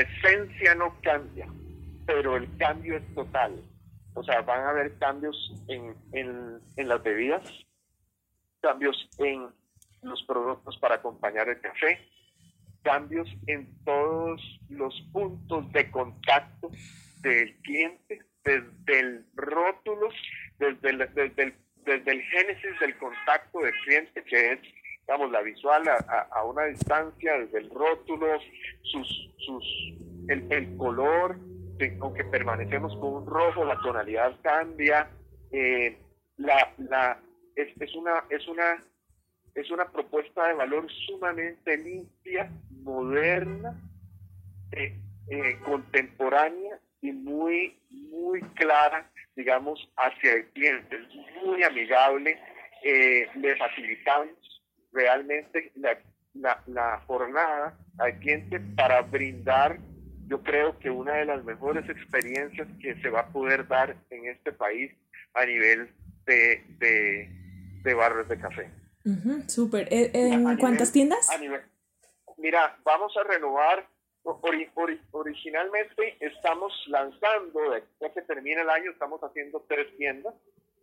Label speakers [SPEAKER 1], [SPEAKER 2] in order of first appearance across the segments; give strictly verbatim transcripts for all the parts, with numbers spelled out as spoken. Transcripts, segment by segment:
[SPEAKER 1] esencia no cambia, pero el cambio es total. O sea, van a haber cambios en, en, en las bebidas, cambios en los productos para acompañar el café, cambios en todos los puntos de contacto del cliente, desde el rótulo, desde el, desde el, desde el génesis del contacto del cliente, que es, digamos, la visual a, a, a una distancia, desde el rótulo, sus, sus, el, el color, de, aunque permanecemos con un rojo, la tonalidad cambia, eh, la, la, es, es una, es una es una propuesta de valor sumamente limpia, moderna, eh, eh, contemporánea y muy, muy clara, digamos, hacia el cliente. Es muy amigable, eh, le facilitamos realmente la, la, la jornada al cliente para brindar, yo creo que una de las mejores experiencias que se va a poder dar en este país a nivel de, de, de barrios de café.
[SPEAKER 2] Uh-huh, súper. ¿En cuántas tiendas?
[SPEAKER 1] A nivel, mira, vamos a renovar. Ori, ori, originalmente estamos lanzando, después que termina el año, estamos haciendo tres tiendas.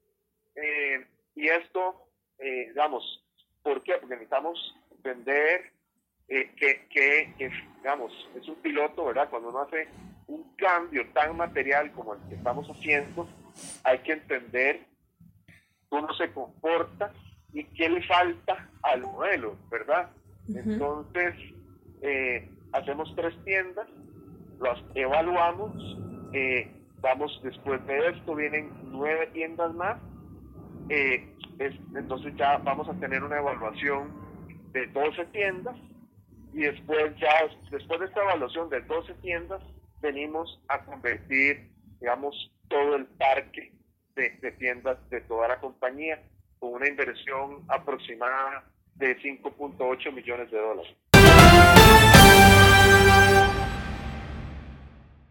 [SPEAKER 1] Eh, y esto, eh, digamos, ¿por qué? Porque necesitamos entender eh, que, que, que, digamos, es un piloto, ¿verdad? Cuando uno hace un cambio tan material como el que estamos haciendo, hay que entender cómo se comporta y qué le falta al modelo, ¿verdad? Uh-huh. Entonces, eh, hacemos tres tiendas, las evaluamos, eh, vamos, después de esto vienen nueve tiendas más, eh, es, entonces ya vamos a tener una evaluación de doce tiendas, y después ya, después de esta evaluación de doce tiendas, venimos a convertir, digamos, todo el parque de, de tiendas de toda la compañía, con una inversión aproximada de cinco punto ocho millones de dólares.